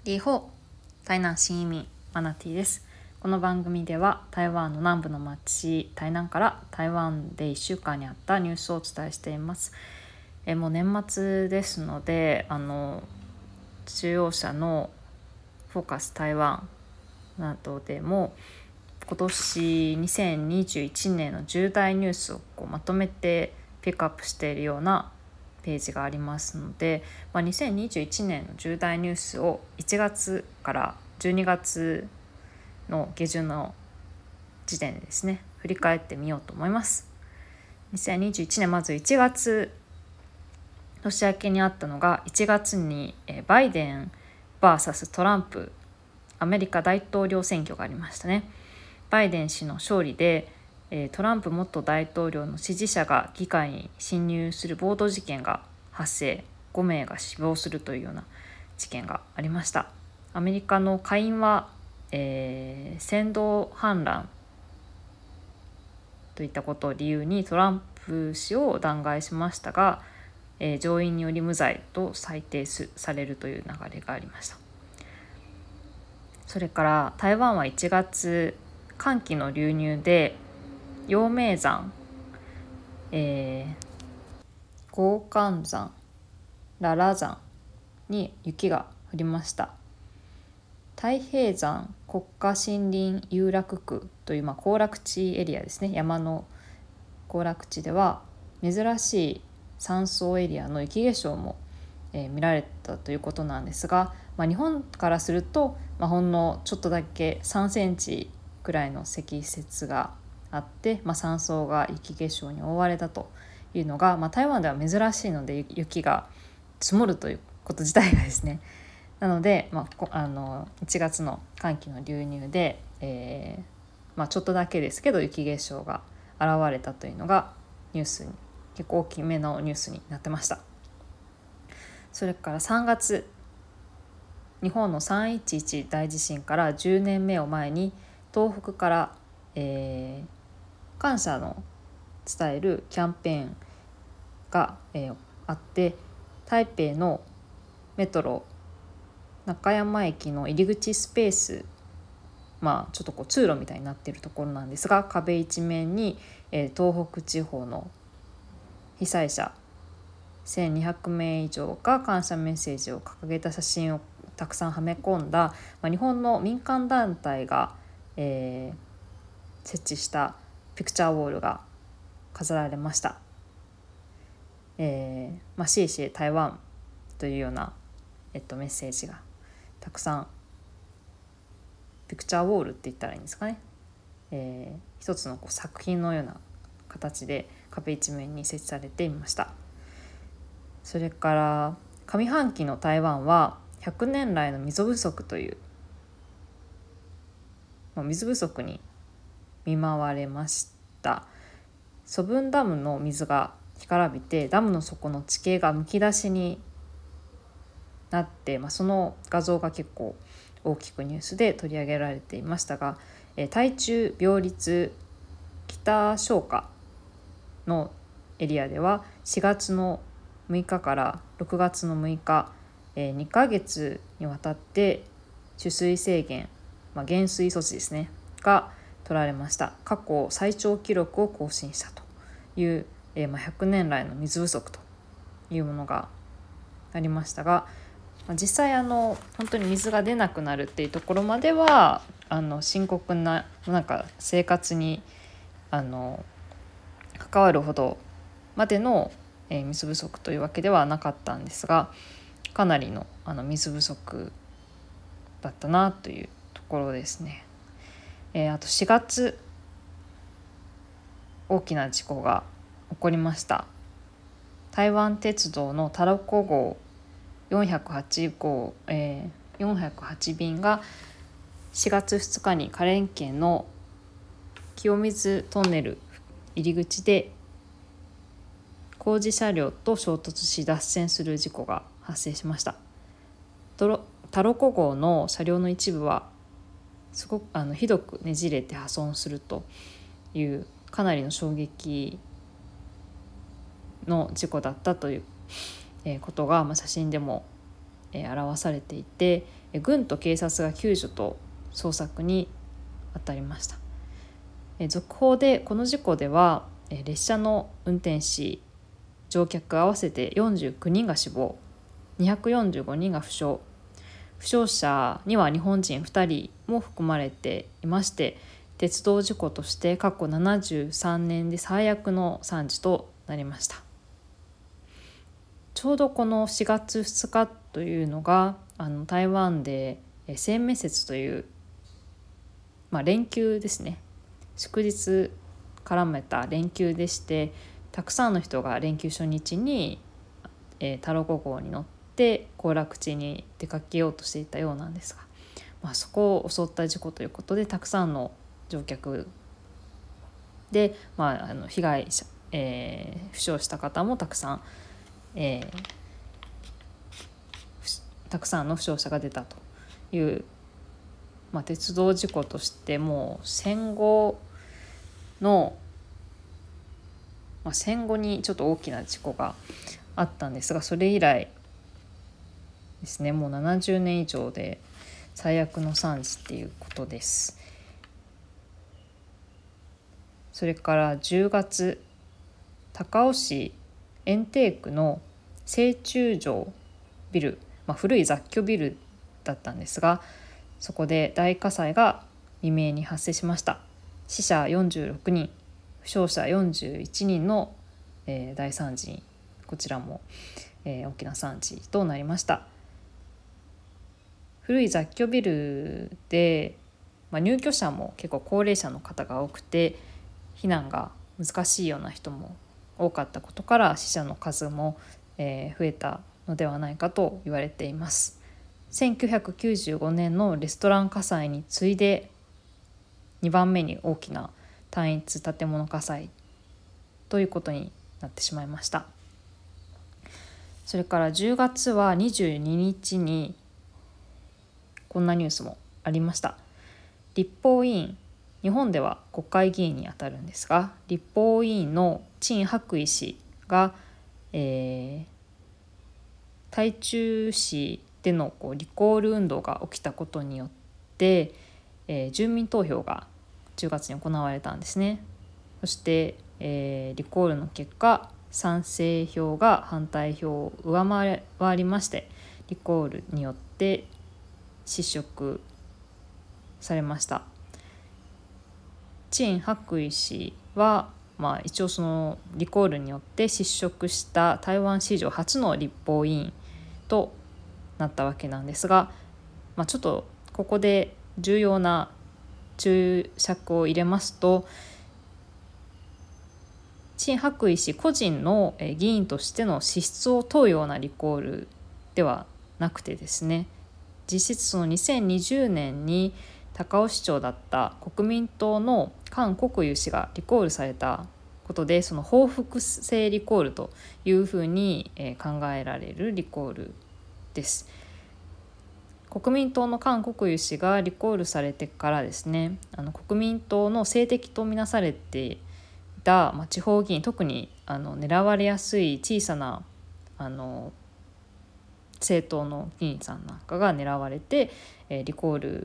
リーホー台南新移民マナティです。この番組では台湾の南部の町台南から台湾で1週間にあったニュースをお伝えしています。もう年末ですので中央社のフォーカス台湾などでも今年2021年の重大ニュースをまとめてピックアップしているようなページがありますので、2021年の重大ニュースを1月から12月の下旬の時点でですね振り返ってみようと思います。2021年まず1月年明けにあったのが、1月にバイデン vs トランプアメリカ大統領選挙がありましたね。バイデン氏の勝利でトランプ元大統領の支持者が議会に侵入する暴動事件が発生、5名が死亡するというような事件がありました。アメリカの下院は、扇動反乱といったことを理由にトランプ氏を弾劾しましたが、上院により無罪と裁定されるという流れがありました。それから台湾は1月寒気の流入で陽明山、合寒山、羅羅山に雪が降りました。太平山国家森林遊楽区という行楽地エリアですね。山の行楽地では珍しい山荘エリアの雪化粧も、見られたということなんですが、日本からすると、ほんのちょっとだけ3センチくらいの積雪があって、山荘が雪化粧に覆われたというのが、台湾では珍しいので雪が積もるということ自体がですね、なので、1月の寒気の流入で、ちょっとだけですけど雪化粧が現れたというのがニュースに結構大きめのニュースになってました。それから3月、日本の311大地震から10年目を前に東北から、感謝の伝えるキャンペーンが、あって、台北のメトロ中山駅の入り口スペース、ちょっと通路みたいになっているところなんですが、壁一面に、東北地方の被災者1200名以上が感謝メッセージを掲げた写真をたくさんはめ込んだ、日本の民間団体が、設置したピクチャーウォールが飾られました。シーシー台湾というような、メッセージがたくさん、ピクチャーウォールって言ったらいいんですかね、一つの作品のような形で壁一面に設置されていました。それから上半期の台湾は100年来の水不足という、水不足に見舞われました。蘇分ダムの水が干からびてダムの底の地形がむき出しになって、その画像が結構大きくニュースで取り上げられていましたが、台中病立北商家のエリアでは4月の6日から6月の6日、2ヶ月にわたって取水制限、減水措置ですねが取られました。過去最長記録を更新したという、100年来の水不足というものがありましたが、実際本当に水が出なくなるっていうところまでは深刻な生活に関わるほどまでの水不足というわけではなかったんですが、かなりの水不足だったなというところですね。あと4月大きな事故が起こりました。台湾鉄道のタロコ号408号、408便が4月2日に花蓮県の清水トンネル入り口で工事車両と衝突し脱線する事故が発生しました。タロコ号の車両の一部はすごくひどくねじれて破損するというかなりの衝撃の事故だったということが、写真でも表されていて、軍と警察が救助と捜索に当たりました。続報でこの事故では列車の運転士乗客合わせて49人が死亡、245人が負傷者には日本人2人も含まれていまして、鉄道事故として過去73年で最悪の惨事となりました。ちょうどこの4月2日というのが台湾で清明節という、連休ですね、祝日絡めた連休でして、たくさんの人が連休初日にタロゴ号に乗って行楽地に出かけようとしていたようなんですが、そこを襲った事故ということでたくさんの乗客で、被害者、負傷した方もたくさん、たくさんの負傷者が出たという、鉄道事故としてもう戦後にちょっと大きな事故があったんですが、それ以来ですね、もう70年以上で最悪の惨事っていうことです。それから10月、高雄市延定区の青中城ビル、古い雑居ビルだったんですが、そこで大火災が未明に発生しました。死者46人、負傷者41人の、大惨事、こちらも、大きな惨事となりました。古い雑居ビルで、入居者も結構高齢者の方が多くて、避難が難しいような人も多かったことから死者の数も、増えたのではないかと言われています。1995年のレストラン火災に次いで2番目に大きな単一建物火災ということになってしまいました。それから10月は22日にこんなニュースもありました。立法委員、日本では国会議員にあたるんですが、立法委員の陳伯偉氏が、台中市でのリコール運動が起きたことによって、住民投票が10月に行われたんですね。そして、リコールの結果、賛成票が反対票を上回りまして、リコールによって失職されました。陳伯偉氏は、一応そのリコールによって失職した台湾史上初の立法委員となったわけなんですが、ちょっとここで重要な注釈を入れますと、陳伯偉氏個人の議員としての資質を問うようなリコールではなくてですね、実質その2020年に高雄市長だった国民党の韓国瑜氏がリコールされたことで、その報復性リコールというふうに考えられるリコールです。国民党の韓国瑜氏がリコールされてからですね、国民党の政敵とみなされていた、地方議員、特に狙われやすい小さな政党の議員さんなんかが狙われて、リコール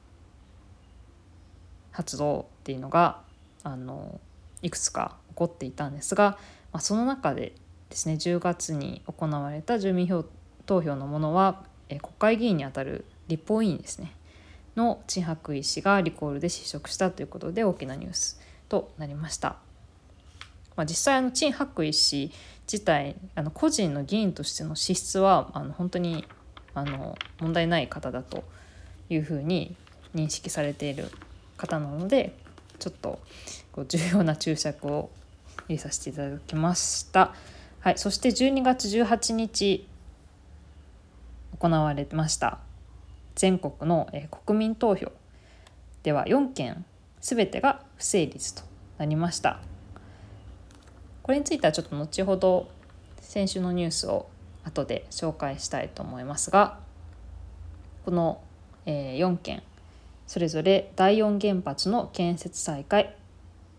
発動っていうのがいくつか起こっていたんですが、その中でですね、10月に行われた住民投票のものは、国会議員にあたる立法委員ですねの陳伯偉氏がリコールで失職したということで大きなニュースとなりました。実際陳伯偉氏自体個人の議員としての資質は本当に問題ない方だというふうに認識されている方なので、ちょっと重要な注釈を入れさせていただきました。はい、そして12月18日行われました全国の国民投票では4件すべてが不成立となりました。これについてはちょっと後ほど先週のニュースを後で紹介したいと思いますが、この4件それぞれ第4原発の建設再開、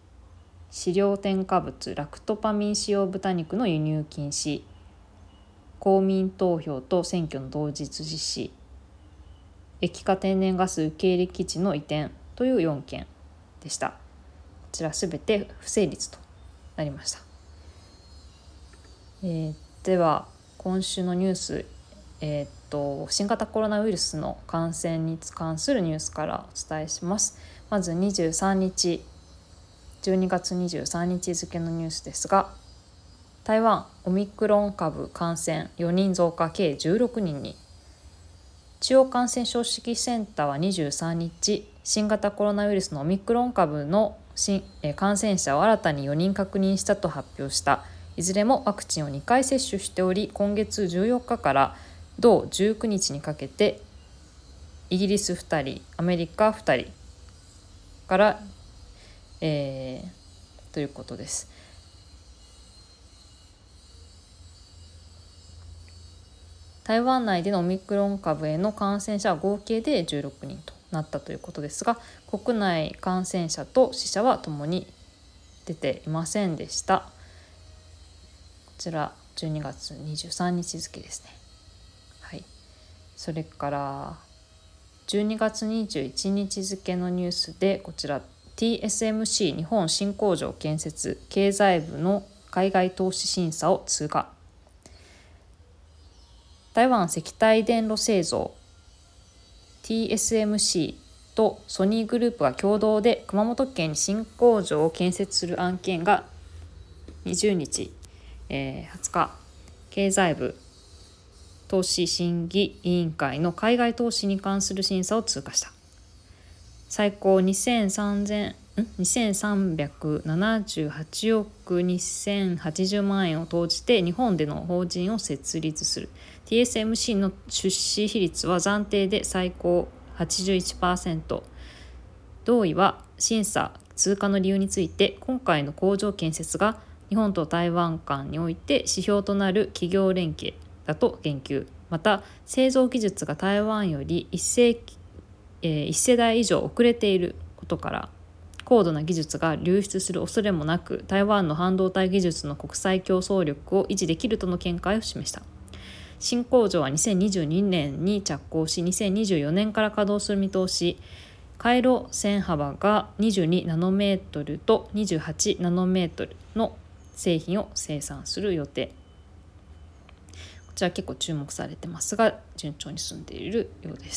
飼料添加物ラクトパミン使用豚肉の輸入禁止、 公民投票と選挙の同日実施、液化天然ガス受け入れ基地の移転という4件でした。こちらすべて不成立となりました。では今週のニュース、新型コロナウイルスの感染に関するニュースからお伝えします。まず23日12月23日付のニュースですが、台湾オミクロン株感染4人増加計16人に。中央感染症指揮センターは23日、新型コロナウイルスのオミクロン株の感染者を新たに4人確認したと発表した。いずれもワクチンを2回接種しており、今月14日から同19日にかけてイギリス2人、アメリカ2人から、ということです。台湾内でのオミクロン株への感染者は合計で16人となったということですが、国内感染者と死者はともに出ていませんでした。こちら12月23日付ですね。はい。それから12月21日付のニュースで、こちら TSMC 日本新工場建設経済部の海外投資審査を通過。台湾石炭電路製造 TSMC とソニーグループが共同で熊本県に新工場を建設する案件が20日、20日経済部投資審議委員会の海外投資に関する審査を通過した。最高2378億2080万円を投じて日本での法人を設立する。 TSMC の出資比率は暫定で最高 81%。 同意は審査通過の理由について、今回の工場建設が日本と台湾間において指標となる企業連携だと言及。また製造技術が台湾より1世代以上遅れていることから、高度な技術が流出する恐れもなく、台湾の半導体技術の国際競争力を維持できるとの見解を示した。新工場は2022年に着工し、2024年から稼働する見通し。回路線幅が22ナノメートルと28ナノメートルの製品を生産する予定。こちら結構注目されてますが、順調に進んでいるようです。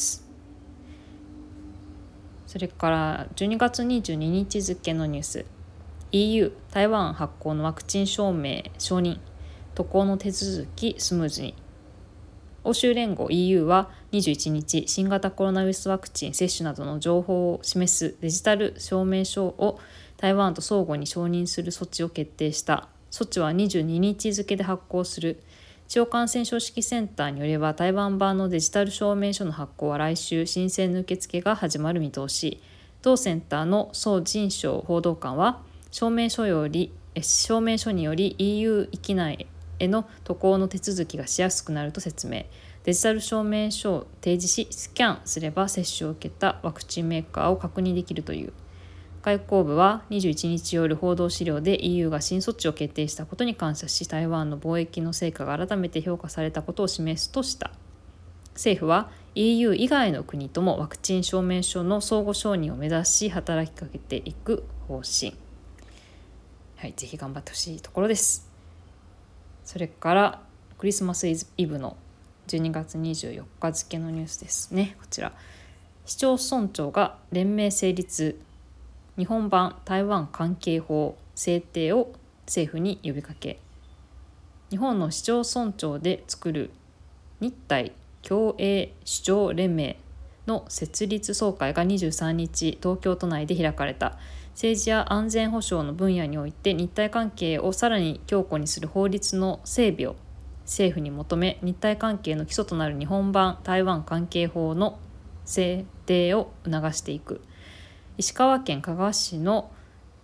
それから12月22日付のニュース、 EU 台湾発行のワクチン証明承認渡航の手続きスムーズに。欧州連合 EU は21日、新型コロナウイルスワクチン接種などの情報を示すデジタル証明書を台湾と相互に承認する措置を決定した。措置は22日付で発行する。中央感染症指揮センターによれば、台湾版のデジタル証明書の発行は来週、申請の受付が始まる見通し。同センターの宋仁祥報道官は、証明書により EU 域内への渡航の手続きがしやすくなると説明。デジタル証明書を提示し、スキャンすれば接種を受けたワクチンメーカーを確認できるという。外交部は21日夜報道資料で EU が新措置を決定したことに感謝し、台湾の貿易の成果が改めて評価されたことを示すとした。政府は EU 以外の国ともワクチン証明書の相互承認を目指し働きかけていく方針。はい、ぜひ頑張ってほしいところです。それからクリスマスイブの12月24日付のニュースですね。こちら、市町村長が連名成立、日本版台湾関係法制定を政府に呼びかけ。日本の市町村長で作る日台共栄首長連盟の設立総会が23日東京都内で開かれた。政治や安全保障の分野において日台関係をさらに強固にする法律の整備を政府に求め、日台関係の基礎となる日本版台湾関係法の制定を促していく。石川県加賀市の、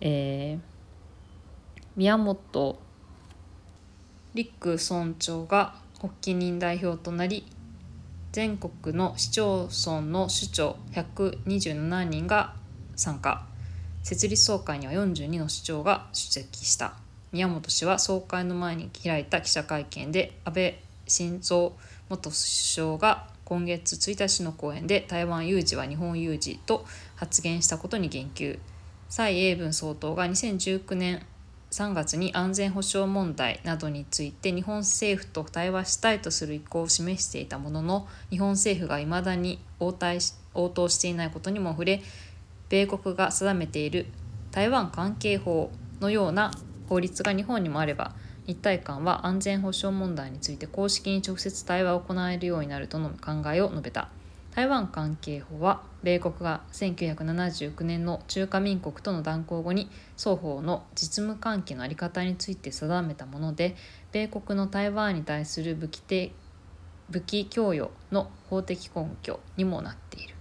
宮本陸村長が発起人代表となり、全国の市町村の首長127人が参加。設立総会には42の市長が出席した。宮本氏は総会の前に開いた記者会見で、安倍新三元首相が今月1日の講演で台湾有事は日本有事と発言したことに言及。蔡英文総統が2019年3月に安全保障問題などについて日本政府と対話したいとする意向を示していたものの、日本政府が未だに応答していないことにも触れ、米国が定めている台湾関係法のような法律が日本にもあれば、日台間は安全保障問題について公式に直接対話を行えるようになるとの考えを述べた。台湾関係法は米国が1979年の中華民国との断交後に双方の実務関係の在り方について定めたもので、米国の台湾に対する武器供与の法的根拠にもなっている。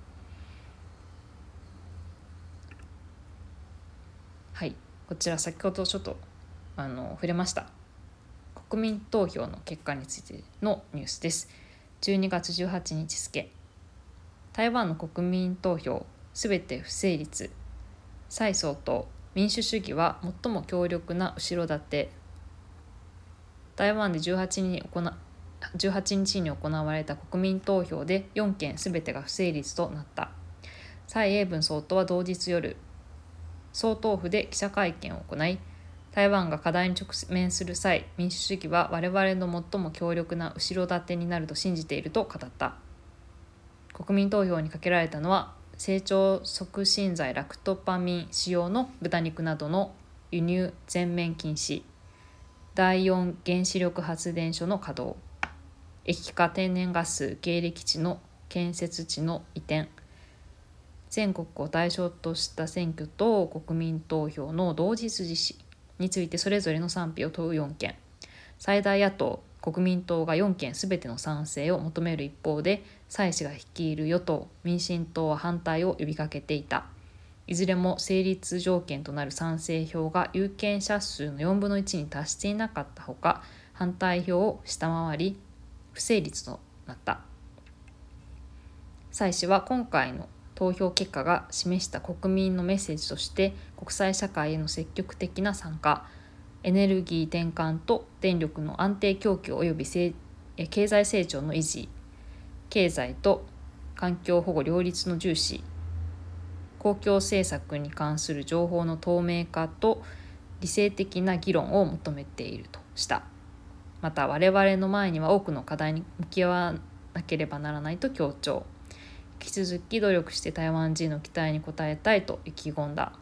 はい、こちら先ほどちょっと触れました国民投票の結果についてのニュースです。12月18日付、台湾の国民投票すべて不成立、蔡総統、民主主義は最も強力な後ろ盾。台湾で18日に行われた国民投票で4件すべてが不成立となった。蔡英文総統は同日夜、総統府で記者会見を行い、台湾が課題に直面する際、民主主義は我々の最も強力な後ろ盾になると信じていると語った。国民投票にかけられたのは、成長促進剤ラクトパミン使用の豚肉などの輸入全面禁止、第4原子力発電所の稼働、液化天然ガス受け入れ基地の建設地の移転、全国を対象とした選挙と国民投票の同日実施についてそれぞれの賛否を問う4件、最大野党国民党が4件すべての賛成を求める一方で、蔡氏が率いる与党民進党は反対を呼びかけていた。いずれも成立条件となる賛成票が有権者数の4分の1に達していなかったほか、反対票を下回り不成立となった。蔡氏は今回の投票結果が示した国民のメッセージとして、国際社会への積極的な参加、エネルギー転換と電力の安定供給及び経済成長の維持、経済と環境保護両立の重視、公共政策に関する情報の透明化と理性的な議論を求めているとした。また我々の前には多くの課題に向き合わなければならないと強調。引き続き努力して台湾人の期待に応えたいと意気込んだ。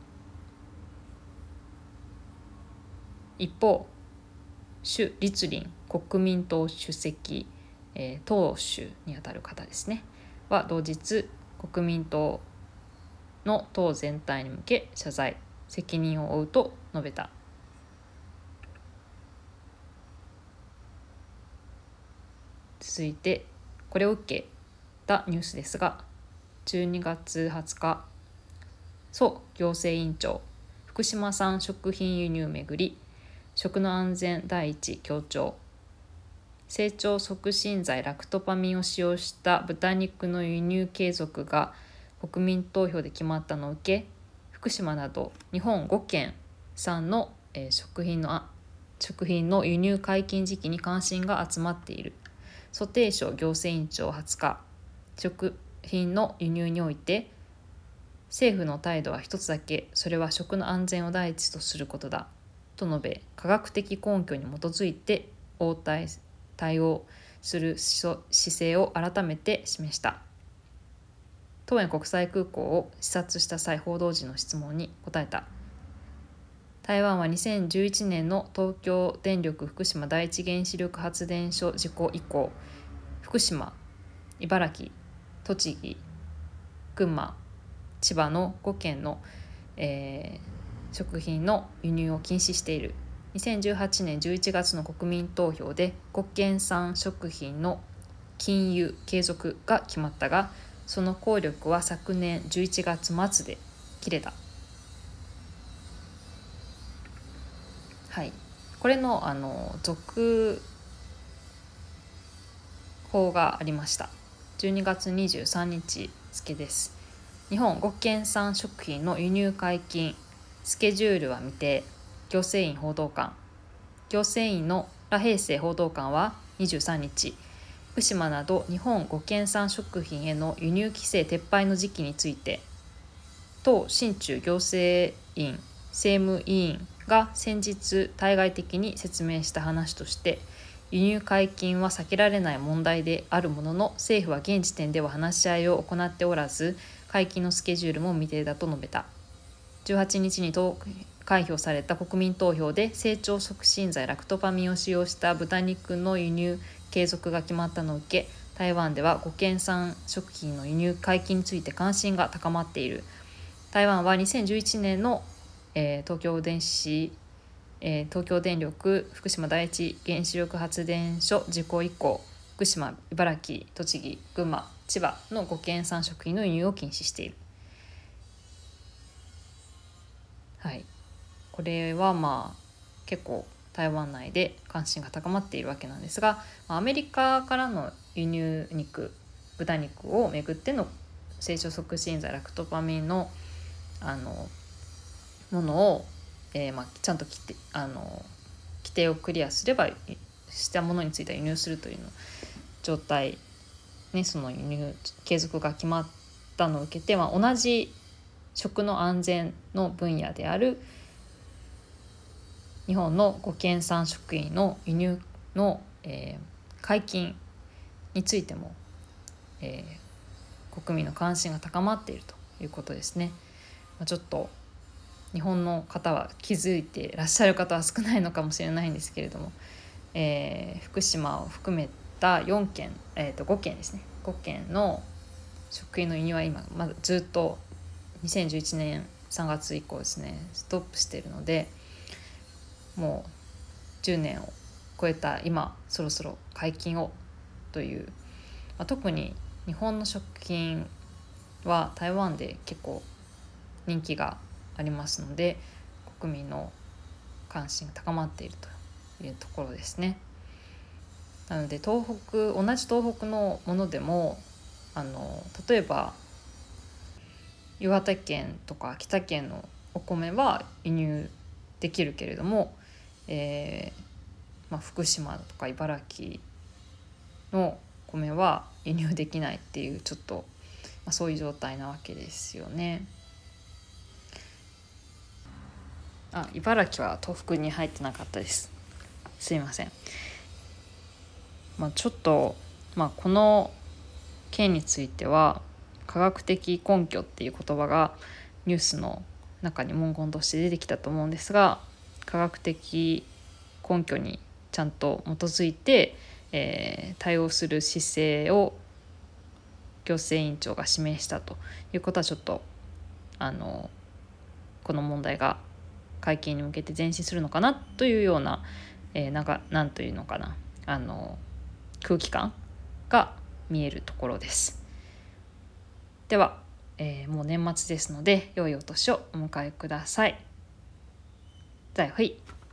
一方、朱立倫国民党主席、党首にあたる方ですねは同日、国民党の党全体に向け謝罪、責任を負うと述べた。続いてこれを受けたニュースですが、12月20日、蘇行政委員長、福島産食品輸入めぐり、食の安全第一強調、成長促進剤ラクトパミンを使用した豚肉の輸入継続が国民投票で決まったのを受け、福島など日本5県産の食品の輸入解禁時期に関心が集まっている。蘇貞昌行政委員長20日、食品の輸入において政府の態度は一つだけ、それは食の安全を第一とすることだと述べ、科学的根拠に基づいて対応する姿勢を改めて示した。桃園国際空港を視察した際、報道陣の質問に答えた。台湾は2011年の東京電力福島第一原子力発電所事故以降、福島、茨城、栃木、群馬、千葉の5県の、食品の輸入を禁止している。2018年11月の国民投票で5県産食品の禁輸継続が決まったが、その効力は昨年11月末で切れた。はい、これの続報がありました。12月23日付です。日本5県産食品の輸入解禁スケジュールは未定。行政院の羅平成報道官は 23日、福島など日本5県産食品への輸入規制撤廃の時期について、党新中行政院政務委員が先日対外的に説明した話として、輸入解禁は避けられない問題であるものの、政府は現時点では話し合いを行っておらず、解禁のスケジュールも未定だと述べた。18日に開票された国民投票で成長促進剤ラクトパミンを使用した豚肉の輸入継続が決まったのを受け、台湾では5県産食品の輸入解禁について関心が高まっている。台湾は2011年の、東京電力福島第一原子力発電所事故以降、福島、茨城、栃木、群馬、千葉の5県産食品の輸入を禁止している。はい、これは結構台湾内で関心が高まっているわけなんですが、アメリカからの輸入肉、豚肉をめぐっての成長促進剤ラクトパミンのものを、ちゃんと規定をクリアすればしたものについては輸入するというの状態、その輸入継続が決まったのを受けて、同じ食の安全の分野である日本の5県産食品の輸入の、解禁についても、国民の関心が高まっているということですね。ちょっと日本の方は気づいていらっしゃる方は少ないのかもしれないんですけれども、福島を含めた4県、5県ですね、5県の食品の輸入は今まだずっと2011年3月以降ですね、ストップしているので、もう10年を超えた今そろそろ解禁をという、特に日本の食品は台湾で結構人気がありますので、国民の関心が高まっているというところですね。なので同じ東北のものでも例えば岩手県とか秋田県のお米は輸入できるけれども、福島とか茨城の米は輸入できないっていう、ちょっと、そういう状態なわけですよね。茨城は東北に入ってなかったです。すいません。ちょっと、この件については科学的根拠っていう言葉がニュースの中に文言として出てきたと思うんですが、科学的根拠にちゃんと基づいて、対応する姿勢を行政委員長が示したということは、ちょっとこの問題が解禁に向けて前進するのかなというような、なんというのかな、空気感が見えるところです。では、もう年末ですので良いお年をお迎えください。再会。